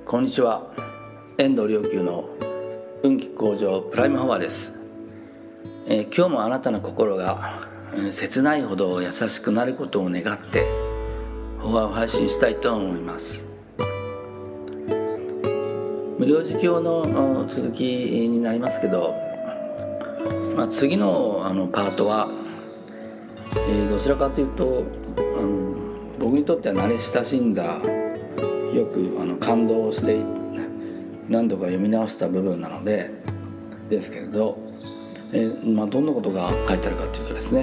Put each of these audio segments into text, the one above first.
こんにちは。遠藤良久の運気向上プライムフォアです。今日もあなたの心が、切ないほど優しくなることを願ってフォアを配信したいと思います。無料自供の続きになりますけど、次のパートは、どちらかというと僕にとっては慣れ親しんだ、よく感動して何度か読み直した部分なのですけれど、どんなことが書いてあるかというとですね、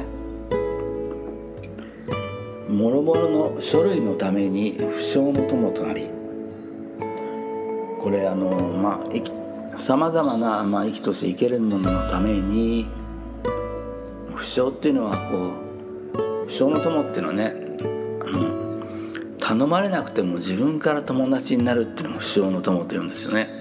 もろもろの書類のために不詳の友となり、これさまざまな、生きとして生けるもののために不詳っていうのは不詳の友っていうのはね、頼まれなくても自分から友達になるっていうのも不詳の友って言うんですよね。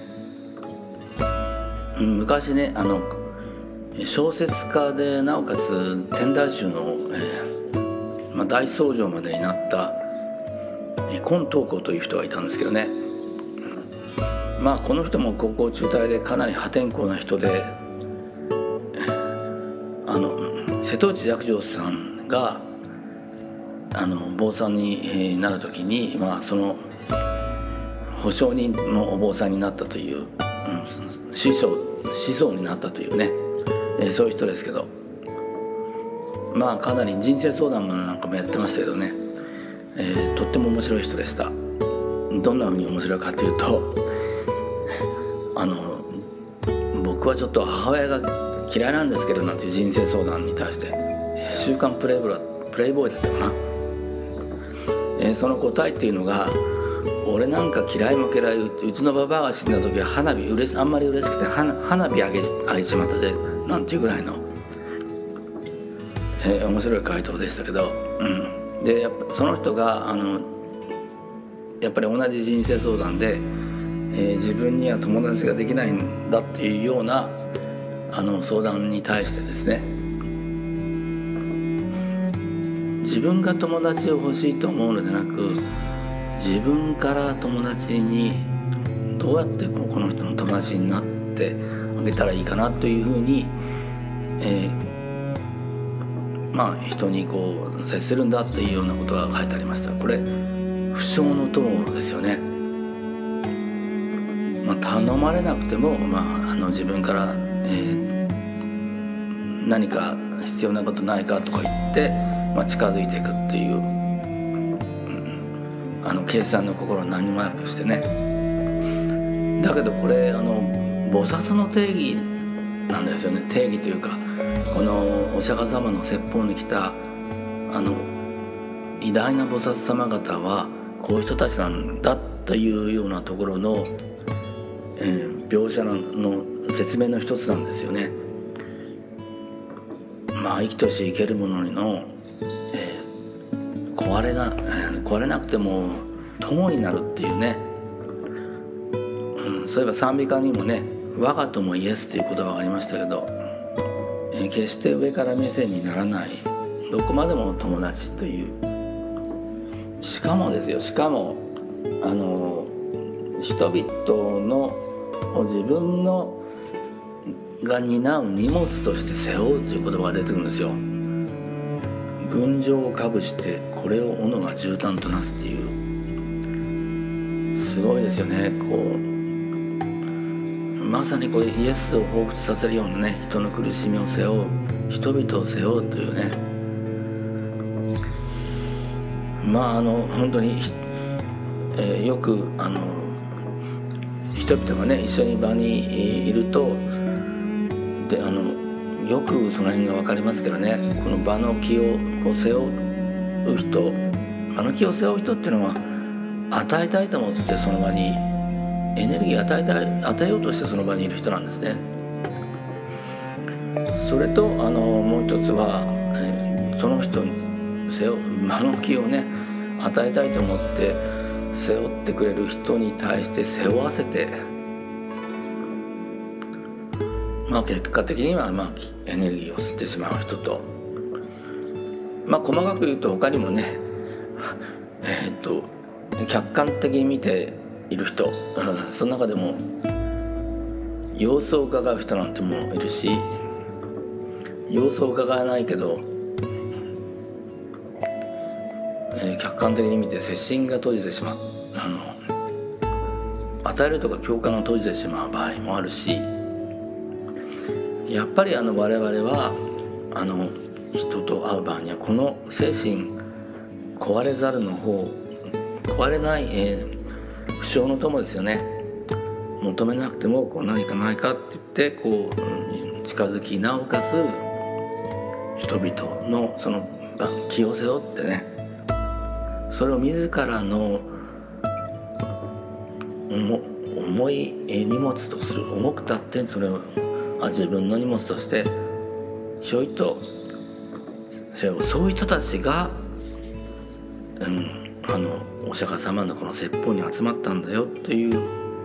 昔ね、小説家でなおかつ天台宗の、大僧正までになった金東光という人がいたんですけどね、この人も高校中退でかなり破天荒な人で、瀬戸内寂聴さんが坊さんになるときに、その保証人のお坊さんになったという、師匠になったというね、そういう人ですけど、かなり人生相談なんかもやってましたけどね、とっても面白い人でした。どんな風に面白いかというと、僕はちょっと母親が嫌いなんですけどなんていう人生相談に対して「週刊プレイボーイ」だったかな、その答えっていうのが「俺なんか嫌いも嫌い、うちのババアが死んだ時は花火あんまり嬉しくて花火あげちまったぜ」なんていうぐらいの、面白い回答でしたけど、でやっぱその人がやっぱり同じ人生相談で、自分には友達ができないんだっていうような相談に対してですね、自分が友達を欲しいと思うのでなく、自分から友達にどうやってこの人の友達になってあげたらいいかなというふうに、人に接するんだっていうようなことが書いてありました。これ不詳の友ですよね。頼まれなくても、自分から、何か必要なことないかとか言って、近づいていくっていう、計算の心を何もなくしてね。だけどこれ菩薩の定義なんですよね。定義というか、このお釈迦様の説法に来た偉大な菩薩様方はこういう人たちなんだというようなところの、描写の説明の一つなんですよね。生きとし生けるものの、壊れなくても友になるっていうね、そういえば賛美歌にもね「我が友イエス」という言葉がありましたけど、決して上から目線にならない、どこまでも友達という、しかも人々の自分のが担う荷物として背負うという言葉が出てくるんですよ。群青をかぶしてこれを斧が絨毯となすっていう、すごいですよね。まさにこれイエスを彷彿させるようなね、人の苦しみを背負う、人々を背負うというね、本当に、よく人々がね一緒に場にいるとでよくその辺が分かりますけどね、この場の気を背負う人、場の気を背負う人っていうのは与えたいと思ってその場にエネルギー与えようとしてその場にいる人なんですね。それともう一つは、その人に場の気をね与えたいと思って背負ってくれる人に対して背負わせて、結果的にはエネルギーを吸ってしまう人と、細かく言うと他にもね客観的に見ている人、その中でも様子を伺う人なんてもいるし、様子を伺わないけど、客観的に見て接心が閉じてしまう、与えるとか共感を閉じてしまう場合もあるし、やっぱり我々は人と会う場合にはこの精神壊れざるの方、壊れない、不祥の友ですよね。求めなくても何かないかって言って近づき、なおかつ人々のその気を背負ってね、それを自らの重い荷物とする、重く立ってそれを自分の荷物としてひょいとそういう人たちが、お釈迦様のこの説法に集まったんだよという、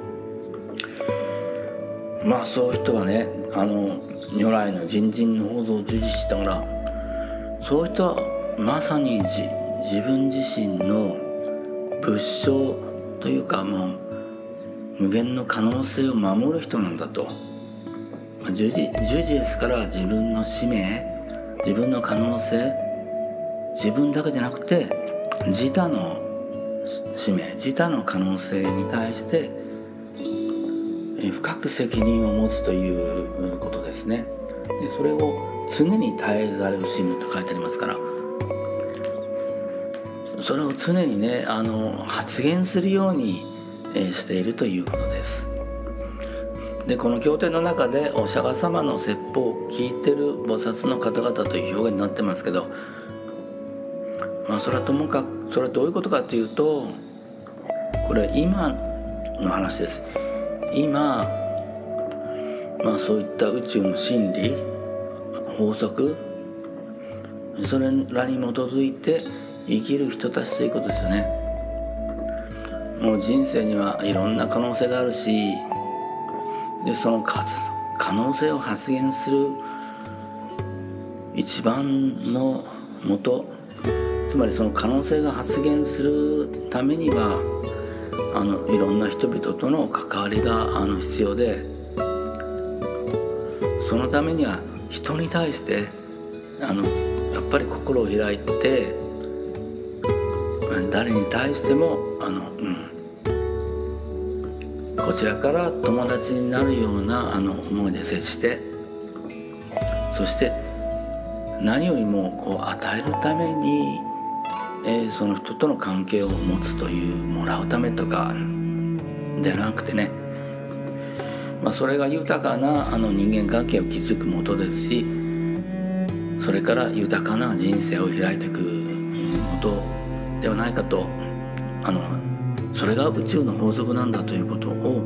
そういう人はね、如来の人人の法蔵を従事したから、そういう人はまさに自分自身の仏性というか、無限の可能性を守る人なんだと。従事ですから、自分の使命、自分の可能性、自分だけじゃなくて自他の使命、自他の可能性に対して深く責任を持つということですね。でそれを常に絶えざる使命と書いてありますから、それを常にね発言するようにしているということです。でこの経典の中でお釈迦様の説法を聞いてる菩薩の方々という表現になってますけど、それはともかく、それはどういうことかというと、これ今の話です。今、そういった宇宙の真理、法則、それらに基づいて生きる人たちということですよね。もう人生にはいろんな可能性があるし、でその可能性を発現する一番のもと、つまりその可能性が発現するためにはいろんな人々との関わりが必要で、そのためには人に対してやっぱり心を開いて、誰に対してもこちらから友達になるような思いで接して、そして何よりも与えるために、その人との関係を持つという、もらうためとかでなくてね、それが豊かな人間関係を築くもとですし、それから豊かな人生を開いていくもとではないかと、それが宇宙の法則なんだということを、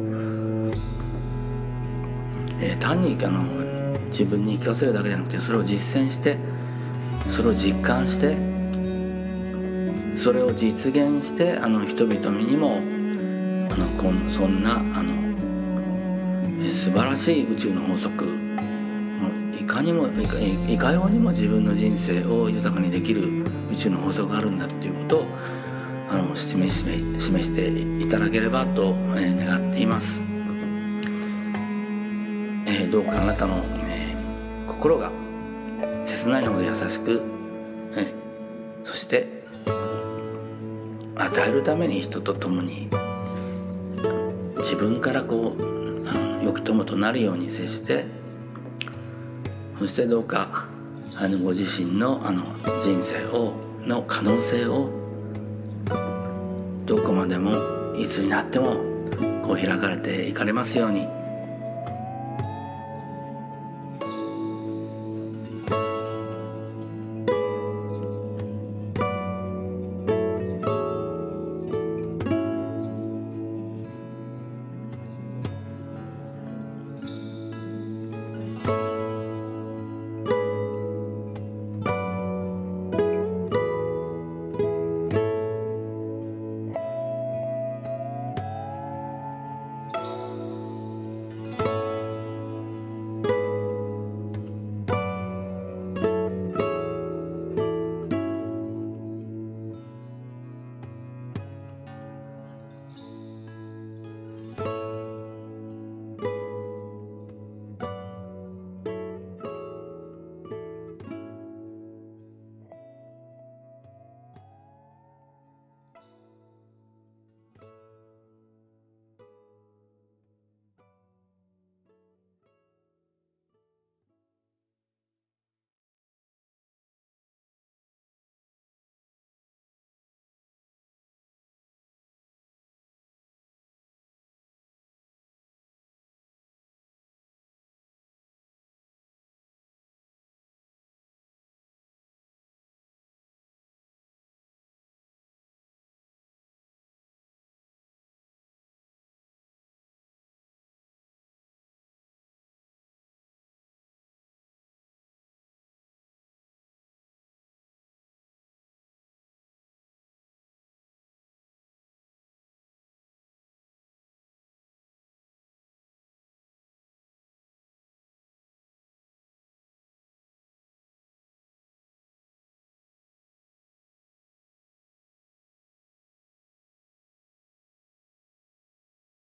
単に自分に聞かせるだけじゃなくて、それを実践して、それを実感して、それを実現して、人々にもそんな素晴らしい宇宙の法則、いかようにも自分の人生を豊かにできる宇宙の法則があるんだということを示していただければと願っています。どうかあなたの心が切ないほど優しく、そして与えるために人と共に自分から良き友となるように接して、そしてどうかご自身の人生の可能性をどこまでもいつになっても開かれていかれますように。